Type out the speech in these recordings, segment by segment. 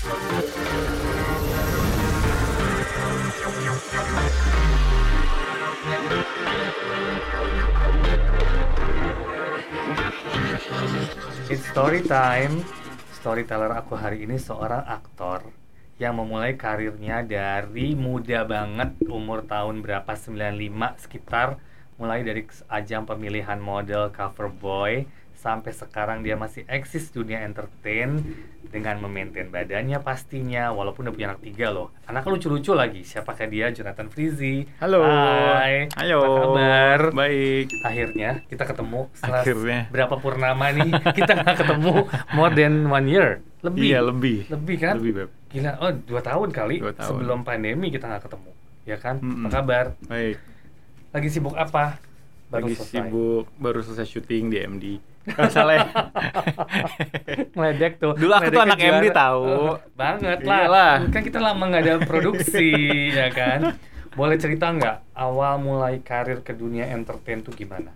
It's story time. Storyteller aku hari ini seorang aktor yang memulai karirnya dari muda banget, umur tahun berapa, 95 sekitar, mulai dari ajang pemilihan model cover boy sampai sekarang dia masih eksis dunia entertain dengan memaintain badannya pastinya, walaupun udah punya anak 3 loh. Anaknya lucu-lucu lagi. Siapakah dia? Jonathan Frizzy. Halo. Hai. Halo. Apa kabar? Baik. Akhirnya kita ketemu setelah Akhirnya. berapa purnama nih kita nggak ketemu, more than 1 year. Lebih. Iya, lebih. Lebih kan? Lebih, Beb. Gila, 2 tahun kali 2 tahun. sebelum pandemi kita nggak ketemu. Ya kan? Mm-mm. Apa kabar? Baik. Lagi sibuk apa? Lagi selesai. sibuk, baru selesai syuting di MD. Nggak salah ya? Ngeledek tuh. Dulu aku tuh Ngeledeknya anak MD juara. tahu. Banget Iyalah. lah. Kan kita lama nggak ada produksi, ya kan? Boleh cerita nggak awal mulai karir ke dunia entertain tuh gimana?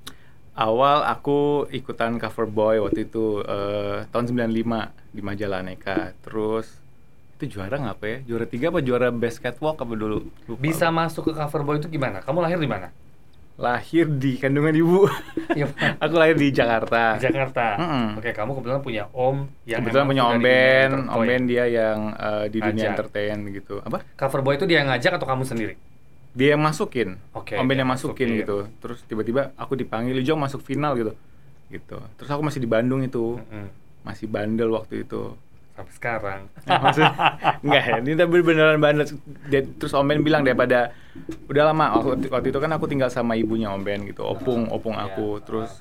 Awal aku ikutan cover boy waktu itu tahun 95 di majalah Aneka. Terus itu juara nggak apa ya? Juara 3 apa juara best catwalk apa dulu? Lupa. Bisa masuk ke cover boy itu gimana? Kamu lahir di mana? Lahir di kandungan ibu. Iya, Aku lahir di Jakarta. di Jakarta. Mm-mm. Oke, kamu kebetulan punya om yang Kebetulan emang punya sudah Om di dunia Ben, entertain. Om Ben dia yang di dunia Ngajak. entertain gitu. Apa? Cover boy itu dia yang ngajak atau kamu sendiri? Dia yang masukin. Oke, Om Ben dia yang masukin masukin. gitu. Terus tiba-tiba aku dipanggil, "Jong masuk final" gitu. Gitu. Terus aku masih di Bandung itu. Mm-mm. Masih bandel waktu itu. Sampai sekarang. Maksudnya enggak ya, ini tapi beneran bandel. Terus Om Ben bilang daripada udah lama waktu itu kan aku tinggal sama ibunya Om Ben gitu. Opung aku. Terus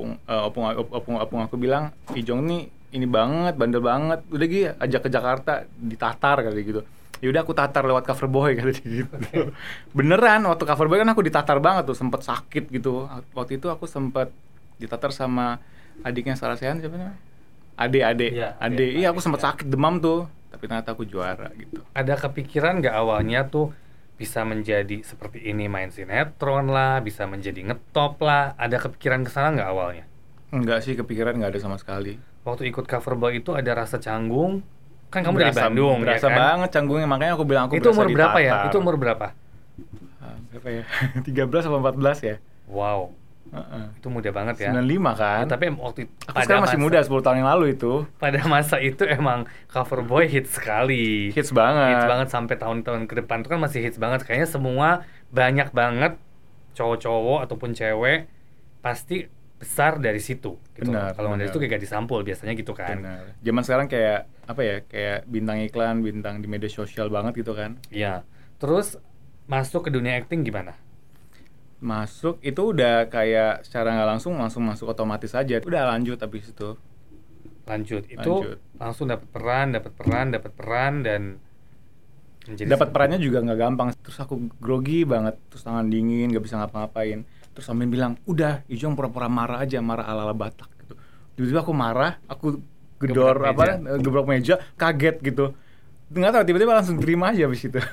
opung aku bilang, "Ijong nih ini banget, bandel banget. Udah Gi, ajak ke Jakarta ditatar," kali gitu. Ya udah aku tatar lewat cover boy kali gitu. Oke. Beneran waktu cover boy kan aku ditatar banget tuh, sempet sakit gitu. Waktu itu aku sempet ditatar sama adiknya Sarah Sehan, siapa namanya? Ade. Iya, Iya, aku sempet iya. sakit demam tuh, tapi ternyata aku juara gitu. Ada kepikiran nggak awalnya tuh bisa menjadi seperti ini, main sinetron lah, bisa menjadi ngetop lah? Ada kepikiran kesana nggak awalnya? Enggak sih, kepikiran nggak ada sama sekali. Waktu ikut cover boy itu ada rasa canggung? Kan kamu dari Bandung, berasa ya kan? banget canggungnya, makanya aku bilang aku Itu berasa umur berapa ya? ditatar. Itu umur berapa? Berapa ya? 13 atau 14 ya? Wow, Heeh. itu muda banget ya. 95 kan? Ya, tapi waktu Aku sekarang masih muda, 10 tahun yang lalu itu. pada masa itu emang cover boy hits sekali. Hits banget. Hits banget sampai tahun-tahun ke depan itu kan masih hits banget. Kayaknya semua banyak banget cowok-cowok ataupun cewek pasti besar dari situ gitu. Benar, Kalau dari benar. itu kayak gadis sampul biasanya gitu kan. Benar. Zaman sekarang kayak apa ya? Kayak bintang iklan, bintang di media sosial banget gitu kan. Iya. Terus masuk ke dunia acting gimana? Masuk itu udah kayak secara nggak langsung masuk otomatis aja. Udah lanjut habis itu. Lanjut. Itu Lanjut. langsung dapat peran dan menjadi Dapat perannya juga nggak gampang. Terus aku grogi banget, terus tangan dingin, nggak bisa ngapa-ngapain. Terus Om Ben bilang, "Udah, Ijong pura-pura marah aja, marah ala-ala Batak gitu." Tiba-tiba aku marah, aku gedor gebrok meja, kaget gitu. Nggak tahu, tiba-tiba langsung terima aja habis itu.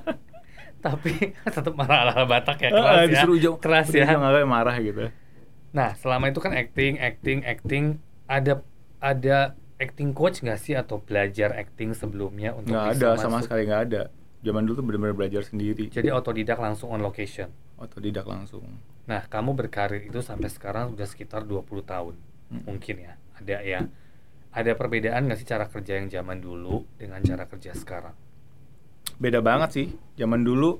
tapi tetap marah ala Batak ya, keras ya. Disuruh Ijong, Keras udah ya. Ijong agak marah gitu. Nah, selama itu kan acting, ada acting coach nggak sih atau belajar acting sebelumnya untuk Nggak bisa ada, sama masuk? sekali nggak ada. Zaman dulu tuh benar-benar belajar sendiri, Jadi otodidak langsung on location. otodidak langsung. Nah, kamu berkarir itu sampai sekarang udah sekitar 20 tahun. Mungkin ya, ada ya. Ada perbedaan nggak sih cara kerja yang zaman dulu dengan cara kerja sekarang? Beda banget sih. Zaman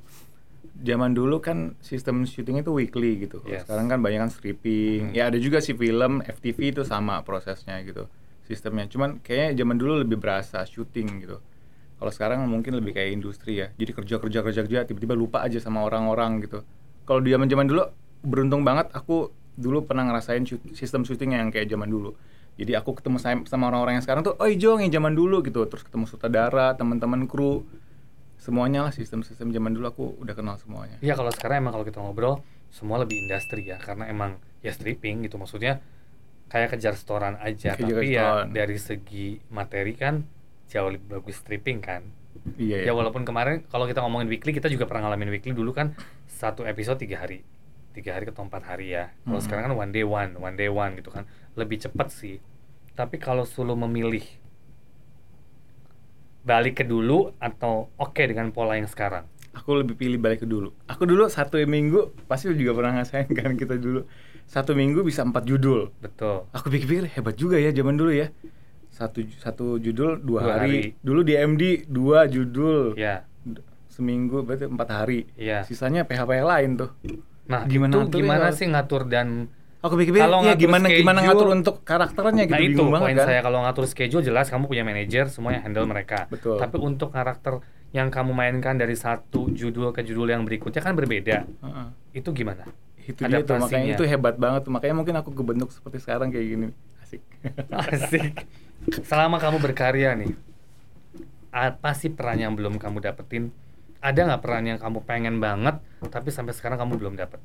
dulu kan sistem syuting itu weekly gitu. Kalau Yes. sekarang kan banyak kan stripping. Ya ada juga sih film, FTV itu sama prosesnya gitu. Sistemnya. Cuman kayaknya zaman dulu lebih berasa syuting gitu. Kalau sekarang mungkin lebih kayak industri ya. Jadi kerja tiba-tiba lupa aja sama orang-orang gitu. Kalau di zaman dulu beruntung banget aku dulu pernah ngerasain sistem syuting yang kayak zaman dulu. Jadi aku ketemu sama orang-orang yang sekarang tuh, "Oh, Jong yang zaman dulu" gitu. Terus ketemu sutradara, teman-teman kru. Semuanya lah, sistem-sistem zaman dulu aku udah kenal semuanya. Iya, kalau sekarang emang kalau kita ngobrol semua lebih industri ya, karena emang ya stripping gitu, maksudnya kayak kejar setoran aja. Kejar Tapi ya setoran. dari segi materi kan jauh lebih bagus stripping kan. Iya Ya ya. walaupun kemarin kalau kita ngomongin weekly, kita juga pernah ngalamin weekly dulu kan satu episode 3 hari atau 4 hari ya. Kalau sekarang kan one day one gitu kan, lebih cepat sih. Tapi kalau suruh memilih balik ke dulu atau oke dengan pola yang sekarang? Aku lebih pilih balik ke dulu. Aku dulu 1 minggu, pasti lu juga pernah ngerasain kan, kita dulu 1 minggu bisa 4 judul. Betul. Aku pikir-pikir hebat juga ya zaman dulu ya. Satu judul 2 2 hari. hari. Dulu di MD 2 judul. Ya. Seminggu berarti 4 hari. Iya. Sisanya PH-PH lain tuh. Nah, Gimana itu ngaturnya gimana kalau- sih ngatur dan Aku pikir-pikir Kalau ya ngatur gimana schedule- ngatur untuk karakternya gitu, nah itu bingung poin banget kan. saya, kalau ngatur schedule jelas kamu punya manajer, semuanya handle mereka. Betul. Tapi untuk karakter yang kamu mainkan dari satu judul ke judul yang berikutnya kan berbeda. Heeh. Itu gimana? Itu dia tuh, makanya Adaptasinya. itu hebat banget tuh. Makanya mungkin aku kebentuk seperti sekarang kayak gini. Asik. Asik. Selama kamu berkarya nih, apa sih peran yang belum kamu dapetin? Ada nggak peran yang kamu pengen banget, tapi sampai sekarang kamu belum dapet?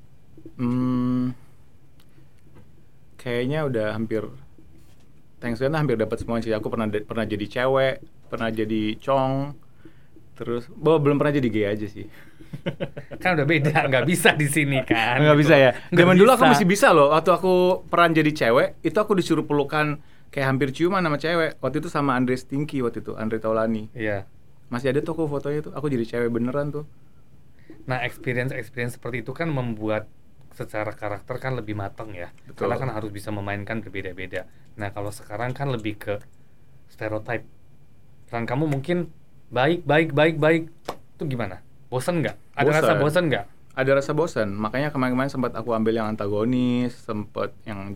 Kayaknya udah hampir, thanks God hampir dapat semuanya sih. Aku pernah jadi cewek, pernah jadi cong, terus belum pernah jadi gay aja sih. Kan udah beda, nggak bisa di sini kan? Nggak gitu. bisa ya. Nggak Zaman dulu aku bisa. masih bisa loh. Waktu aku peran jadi cewek, itu aku disuruh pelukan kayak hampir ciuman sama cewek. Waktu itu sama Andre Stinky, waktu itu Andre Taulani. Iya. Masih ada tuh aku fotonya tuh. Aku jadi cewek beneran tuh. Nah, experience seperti itu kan membuat secara karakter kan lebih matang ya. Betul. Karena kan harus bisa memainkan berbeda-beda. Nah, kalau sekarang kan lebih ke stereotype. Peran kamu mungkin baik. Itu gimana? Bosen nggak? Ada rasa bosen nggak? Ada rasa bosan. Makanya kemarin-kemarin sempat aku ambil yang antagonis, sempat yang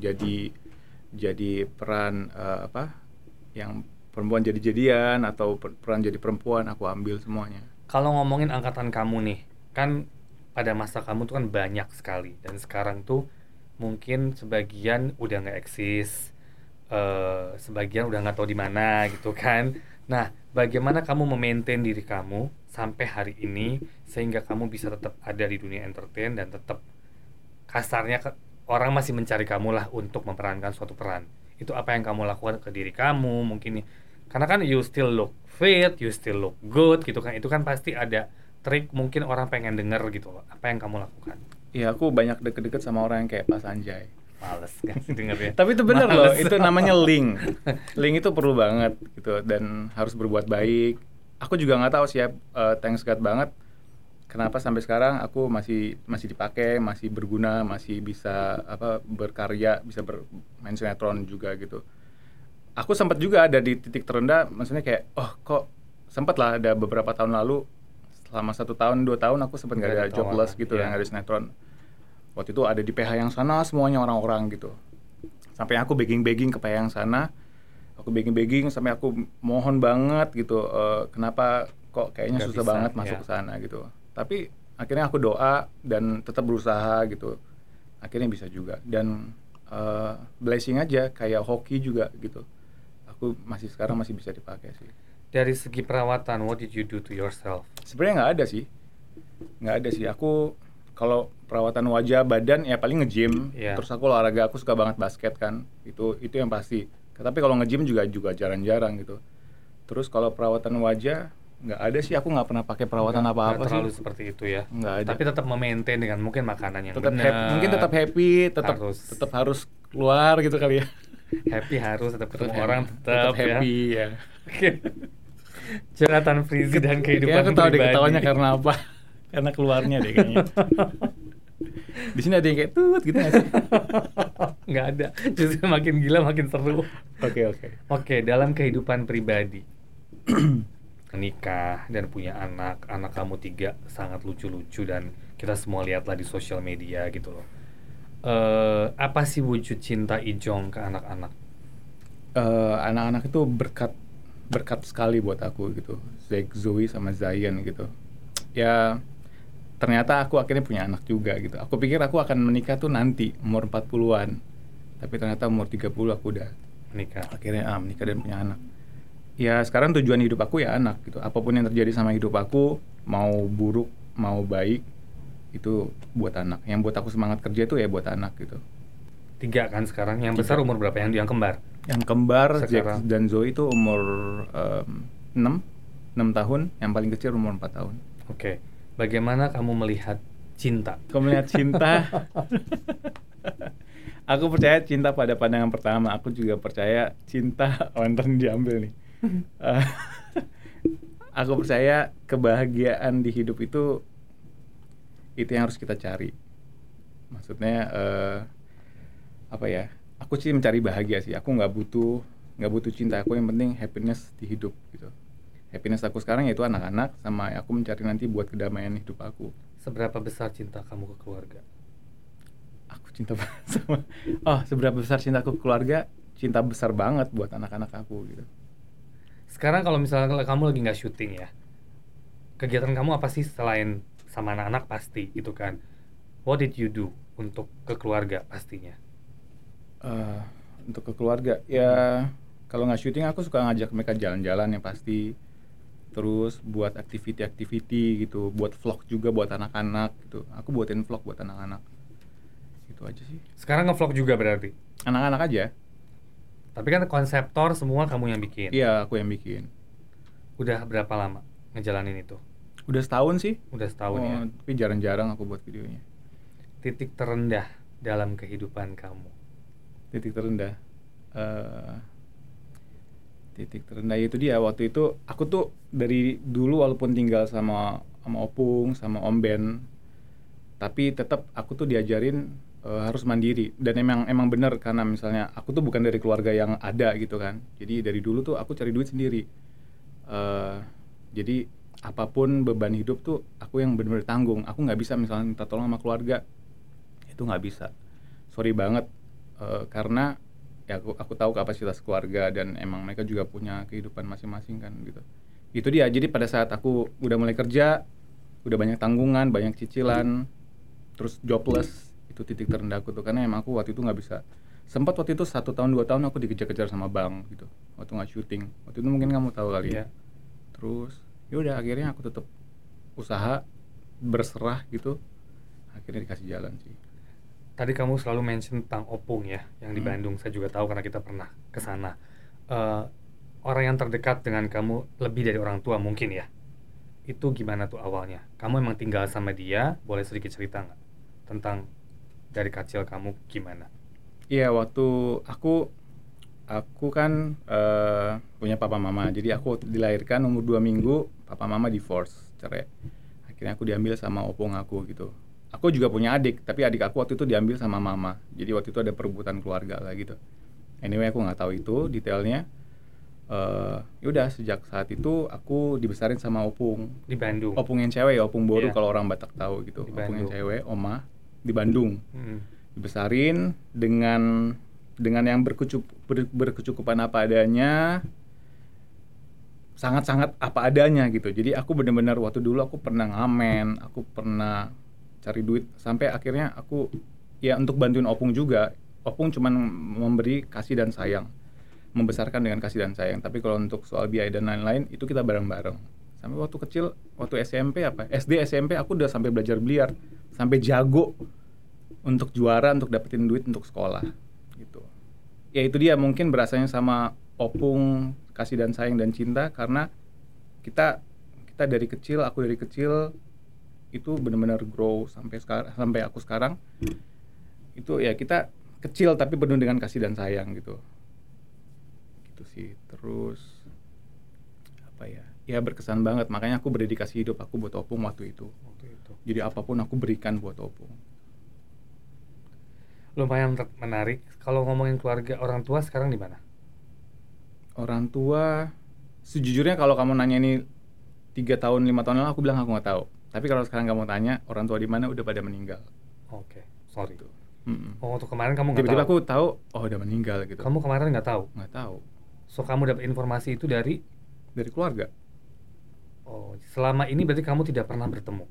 jadi peran yang perempuan jadi-jadian atau peran jadi perempuan, aku ambil semuanya. Kalau ngomongin angkatan kamu nih, kan pada masa kamu tuh kan banyak sekali, dan sekarang tuh mungkin sebagian udah nggak eksis, sebagian udah nggak tahu di mana gitu kan. Nah, bagaimana kamu memaintain diri kamu sampai hari ini sehingga kamu bisa tetap ada di dunia entertain dan tetap kasarnya orang masih mencari kamu lah untuk memerankan suatu peran. Itu apa yang kamu lakukan ke diri kamu mungkin, karena kan you still look fit, you still look good gitu kan. Itu kan pasti ada trik mungkin orang pengen denger gitu loh. Apa yang kamu lakukan? Iya, aku banyak deket-deket sama orang yang kayak Pak Sanjay. Males kan sih denger ya. Tapi itu bener loh, Males. itu namanya link. Link itu perlu banget gitu, dan harus berbuat baik. Aku juga nggak tahu sih ya, thanks God banget. Kenapa sampai sekarang aku masih dipakai, masih berguna, masih bisa berkarya, bisa bermain sinetron juga gitu. Aku sempat juga ada di titik terendah, maksudnya kayak, kok sempat lah ada beberapa tahun lalu, selama 1 tahun 2 tahun aku sempat nggak ada jobless gitu, yang ada sinetron. Waktu itu ada di PH yang sana semuanya orang-orang gitu. Sampai aku begging ke PH yang sana, aku begging sampai aku mohon banget gitu, kenapa kok kayaknya Nggak susah bisa, banget masuk ke sana gitu. Tapi akhirnya aku doa dan tetap berusaha gitu. Akhirnya bisa juga, dan blessing aja kayak hoki juga gitu. Aku sekarang masih bisa dipakai sih. Dari segi perawatan, what did you do to yourself? Sebenarnya nggak ada sih. Aku kalau perawatan wajah, badan ya paling nge-gym. Yeah. Terus aku olahraga, aku suka banget basket kan. Itu yang pasti. Tapi kalau nge-gym juga jarang-jarang gitu. Terus kalau perawatan wajah nggak ada sih. Aku nggak pernah pakai perawatan apa-apa sih. Terlalu seperti itu ya. Nggak ada. Tapi tetap memaintain dengan mungkin makanan yang Tetap benar. mungkin tetap happy, tetap harus keluar gitu kali ya. Happy harus tetap ketemu Tetap orang tetap happy ya. Oke. Jonathan Frizzy dan kehidupan Kayaknya aku tahu deh pribadi. ketawanya karena apa. Karena keluarnya deh kayaknya. Di sini ada yang kayak tut gitu nggak sih? Nggak ada. Justru makin gila makin seru. Oke. Oke, dalam kehidupan pribadi, menikah dan punya anak kamu 3 sangat lucu-lucu dan kita semua lihatlah di sosial media gitu loh. Apa sih wujud cinta Ijong ke anak-anak? Anak-anak itu berkat sekali buat aku gitu. Zoe sama Zion gitu. Ya ternyata aku akhirnya punya anak juga gitu. Aku pikir aku akan menikah tuh nanti umur 40-an. Tapi ternyata umur 30 aku udah Menikah. akhirnya menikah dan punya anak. Ya sekarang tujuan hidup aku ya anak gitu. Apapun yang terjadi sama hidup aku, mau buruk, mau baik, itu buat anak. Yang buat aku semangat kerja itu ya buat anak gitu. 3 kan sekarang. Yang besar umur berapa? Yang kembar? Yang kembar, Sekarang. Jack dan Zoe itu umur 6 tahun. Yang paling kecil umur 4 tahun. Oke. Bagaimana kamu melihat cinta? Kamu melihat cinta? Aku percaya cinta pada pandangan pertama. Aku juga percaya cinta. Ntar diambil nih. Aku percaya kebahagiaan di hidup itu yang harus kita cari. Maksudnya apa ya? Aku sih mencari bahagia sih. Aku nggak butuh cinta. Aku yang penting happiness di hidup gitu. Happiness aku sekarang yaitu anak-anak, sama aku mencari nanti buat kedamaian hidup aku. Seberapa besar cinta kamu ke keluarga? Aku cinta banget sama. Oh, seberapa besar cintaku ke keluarga? Cinta besar banget buat anak-anak aku gitu. Sekarang kalau misalnya kamu lagi nggak syuting ya, kegiatan kamu apa sih selain sama anak-anak pasti gitu kan? What did you do untuk ke keluarga pastinya? Untuk ke keluarga ya, kalau nggak syuting aku suka ngajak mereka jalan-jalan yang pasti. Terus buat activity gitu, buat vlog juga buat anak-anak gitu. Aku buatin vlog buat anak-anak. Gitu aja sih. Sekarang ngevlog juga berarti? Anak-anak aja. Tapi kan konseptor semua kamu yang bikin. Iya, aku yang bikin. Udah berapa lama ngejalanin itu? Udah setahun sih. Udah setahun ya. Tapi jarang-jarang aku buat videonya. Titik terendah dalam kehidupan kamu? Titik terendah. Titik terendah itu dia, waktu itu aku tuh dari dulu walaupun tinggal sama Opung, sama Om Ben, tapi tetap aku tuh diajarin harus mandiri. Dan emang bener, karena misalnya aku tuh bukan dari keluarga yang ada gitu kan. Jadi dari dulu tuh aku cari duit sendiri. Jadi apapun beban hidup tuh aku yang bener-bener tanggung. Aku nggak bisa misalnya minta tolong sama keluarga, itu nggak bisa. Sorry banget, karena ya aku tahu kapasitas keluarga dan emang mereka juga punya kehidupan masing-masing kan gitu. Itu dia. Jadi pada saat aku udah mulai kerja, udah banyak tanggungan, banyak cicilan, terus jobless, itu titik terendahku tuh, karena emang aku waktu itu nggak bisa. Sempat waktu itu 1 tahun 2 tahun aku dikejar-kejar sama bank gitu waktu nggak syuting. Waktu itu mungkin kamu tahu kali ya. Terus ya udah, akhirnya aku tetap usaha, berserah gitu, akhirnya dikasih jalan sih. Tadi kamu selalu mention tentang Opung ya, yang di Bandung. Saya juga tahu karena kita pernah ke sana. Orang yang terdekat dengan kamu lebih dari orang tua mungkin ya. Itu gimana tuh awalnya? Kamu emang tinggal sama dia? Boleh sedikit cerita nggak tentang dari kecil kamu gimana? Iya, waktu aku kan punya papa mama. Jadi aku dilahirkan umur 2 minggu, papa mama divorce, cerai. Akhirnya aku diambil sama opung aku gitu. Aku juga punya adik, tapi adik aku waktu itu diambil sama mama. Jadi waktu itu ada perebutan keluarga lah gitu. Anyway, aku nggak tahu itu detailnya. Yaudah, sejak saat itu aku dibesarin sama opung. Di Bandung? Opung yang cewek ya, opung boru kalau orang Batak tahu gitu. Di Opung yang Bandung. cewek, oma, di Bandung. Dibesarin dengan yang berkecukupan apa adanya, sangat-sangat apa adanya gitu. Jadi aku benar-benar waktu dulu aku pernah ngamen, aku pernah cari duit, sampai akhirnya aku ya untuk bantuin opung juga. Opung cuman memberi kasih dan sayang, membesarkan dengan kasih dan sayang. Tapi kalau untuk soal biaya dan lain-lain itu kita bareng-bareng. Sampai waktu kecil, waktu SMP SD SMP aku udah sampai belajar biliar, sampai jago untuk juara, untuk dapetin duit untuk sekolah gitu. Ya itu dia, mungkin berasanya sama opung, kasih dan sayang dan cinta, karena kita dari kecil, aku dari kecil itu benar-benar grow sampai aku sekarang. Itu ya, kita kecil tapi penuh dengan kasih dan sayang gitu. Gitu sih. Terus apa ya? Ya berkesan banget, makanya aku berdedikasi hidup aku buat opung waktu itu. Jadi apapun aku berikan buat opung. Lumayan menarik. Kalau ngomongin keluarga, orang tua sekarang di mana? Orang tua, sejujurnya kalau kamu nanya ini 3 tahun 5 tahun lalu, aku bilang aku nggak tahu. Tapi kalau sekarang kamu tanya orang tua di mana, udah pada meninggal. Oke, sorry. Gitu. Oh, waktu kemarin kamu nggak tahu? Tiba-tiba aku tahu, oh udah meninggal gitu. Kamu kemarin nggak tahu? Nggak tahu. So kamu dapat informasi itu dari keluarga. Oh, selama ini berarti kamu tidak pernah bertemu?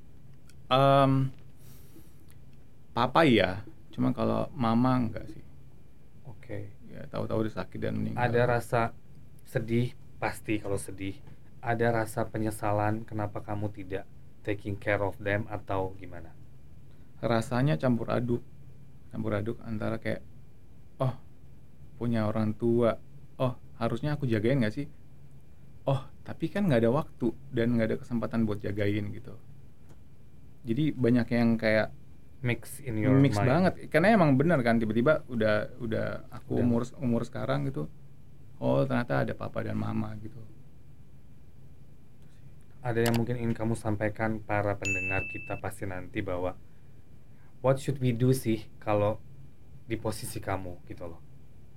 Papa iya, cuma kalau mama enggak sih. Oke. Ya tahu-tahu udah sakit dan meninggal. Ada rasa sedih, pasti kalau sedih. Ada rasa penyesalan kenapa kamu tidak taking care of them atau gimana? Rasanya campur aduk antara kayak, oh punya orang tua, oh harusnya aku jagain nggak sih? Oh tapi kan nggak ada waktu dan nggak ada kesempatan buat jagain gitu. Jadi banyak yang kayak mix in your mind. Banget, karena emang benar kan, tiba-tiba udah aku umur sekarang gitu, oh ternyata ada papa dan mama gitu. ada yang mungkin ingin kamu sampaikan para pendengar kita pasti nanti bahwa what should we do sih kalau di posisi kamu gitu loh?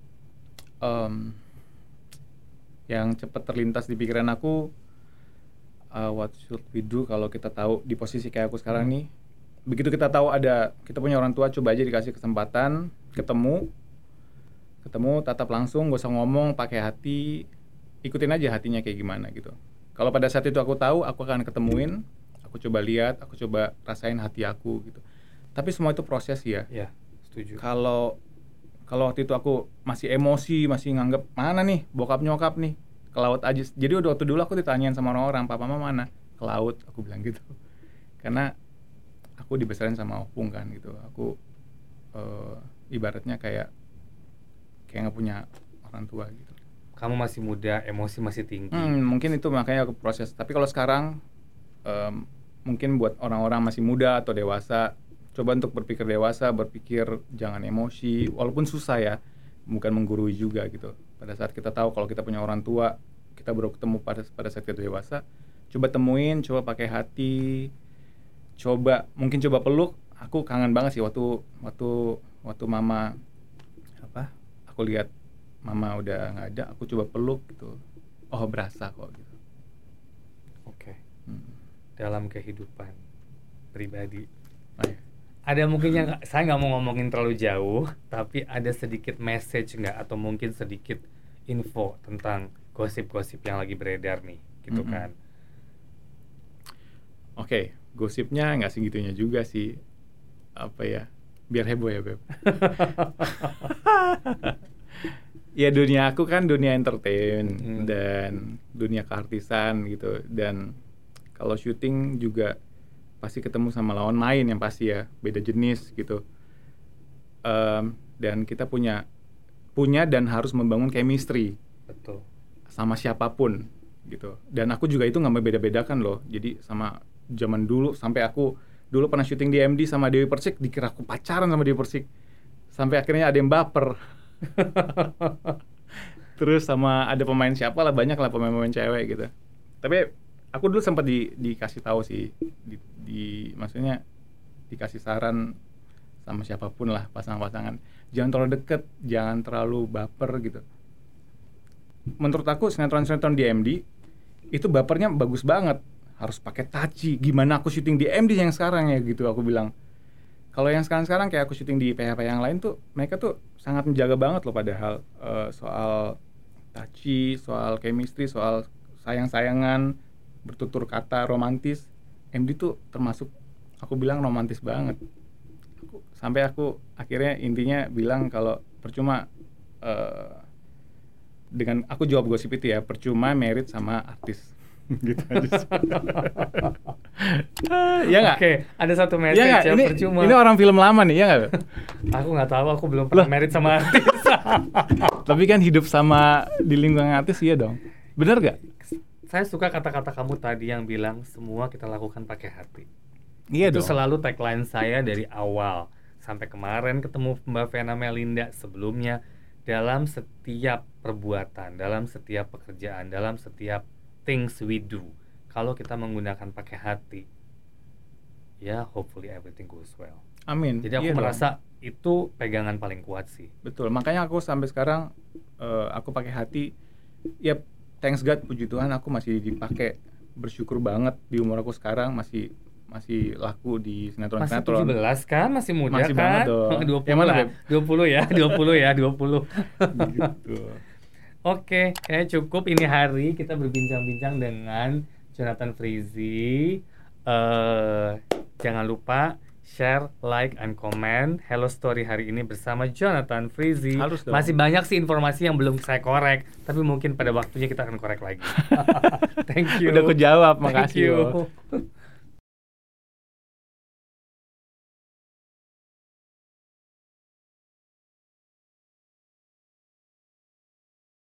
Yang cepat terlintas di pikiran aku, what should we do kalau kita tahu di posisi kayak aku sekarang nih. Begitu kita tahu kita punya orang tua, coba aja dikasih kesempatan ketemu tatap langsung, gak usah ngomong, pakai hati, ikutin aja hatinya kayak gimana gitu. Kalau pada saat itu aku tahu, aku akan ketemuin, aku coba lihat, aku coba rasain hati aku gitu. Tapi semua itu proses ya. Ya, setuju. Kalau waktu itu aku masih emosi, masih nganggep mana nih bokap nyokap nih, ke laut aja. Jadi waktu dulu aku ditanyain sama orang-orang, papa mama mana? Ke laut, aku bilang gitu. Karena aku dibesarin sama opung kan gitu. Aku ibaratnya kayak nggak punya orang tua gitu. Kamu masih muda, emosi masih tinggi. Mungkin itu makanya aku proses. Tapi kalau sekarang mungkin buat orang-orang masih muda atau dewasa, coba untuk berpikir dewasa, berpikir jangan emosi, walaupun susah ya, bukan menggurui juga gitu. Pada saat kita tahu kalau kita punya orang tua, kita baru ketemu pada saat kita dewasa, coba temuin, coba pakai hati, mungkin coba peluk. Aku kangen banget sih waktu mama aku lihat mama udah nggak ada, aku coba peluk gitu. Oh, berasa kok gitu. Oke. Dalam kehidupan pribadi, ya. Ada mungkin yang saya nggak mau ngomongin terlalu jauh, tapi ada sedikit message nggak atau mungkin sedikit info tentang gosip-gosip yang lagi beredar nih, gitu kan? Oke, gosipnya nggak segitunya juga sih. Apa ya? Biar heboh ya, Beb. Ya, dunia aku kan dunia entertain dan dunia keartisan gitu. Dan kalau syuting juga pasti ketemu sama lawan main yang pasti ya, beda jenis gitu. Dan kita punya dan harus membangun chemistry. Betul. Sama siapapun gitu. Dan aku juga itu nggak membeda-bedakan loh. Jadi sama zaman dulu, sampai aku dulu pernah syuting di MD sama Dewi Persik, dikira aku pacaran sama Dewi Persik. Sampai akhirnya ada yang baper. Terus sama ada pemain siapa lah, banyak lah pemain-pemain cewek gitu. Tapi aku dulu sempat dikasih tahu sih, maksudnya dikasih saran sama siapapun lah, pasangan-pasangan, jangan terlalu deket, jangan terlalu baper gitu. Menurut aku sinetron-sinetron di MD itu bapernya bagus banget, harus pakai taci. Gimana aku syuting di MD yang sekarang ya gitu, aku bilang. Kalau yang sekarang kayak aku syuting di PH yang lain tuh, mereka tuh sangat menjaga banget loh, padahal soal taci, soal chemistry, soal sayang-sayangan, bertutur kata romantis. MD tuh termasuk, aku bilang romantis banget. Sampai aku akhirnya intinya bilang kalau percuma, dengan aku jawab gosip itu ya, percuma merit sama artis. Gitu aja. Ya nggak? Oke, ada satu message ya yang ini, percuma. Ini orang film lama nih, ya nggak? Aku nggak tahu, aku belum pernah merit sama artis. Tapi kan hidup sama di lingkungan artis, iya dong. Bener nggak? Saya suka kata-kata kamu tadi yang bilang semua kita lakukan pakai hati. Iya Itu dong. selalu tagline saya dari awal sampai kemarin ketemu Mbak Vena Melinda, sebelumnya. Dalam setiap perbuatan, dalam setiap pekerjaan, dalam setiap things we do, kalau kita menggunakan pakai hati, ya hopefully everything goes well. Amin. Jadi aku merasa itu pegangan paling kuat sih. Betul, makanya aku sampai sekarang aku pakai hati. Ya thanks God, puji Tuhan aku masih dipakai. Bersyukur banget di umur aku sekarang masih laku di sinetron-sinetron. Masih 17 kan, masih muda masih kan? Banget dong. 20 Yang mana, lah. Beb? 20 ya. Gitu. Oke, kayaknya cukup ini hari kita berbincang-bincang dengan Jonathan Frizzy. Jangan lupa share, like, and comment Hello Story hari ini bersama Jonathan Frizzy. Harus dong. Masih banyak sih informasi yang belum saya korek, tapi mungkin pada waktunya kita akan korek lagi. Thank you. Udah kejawab, Thank makasih you. loh.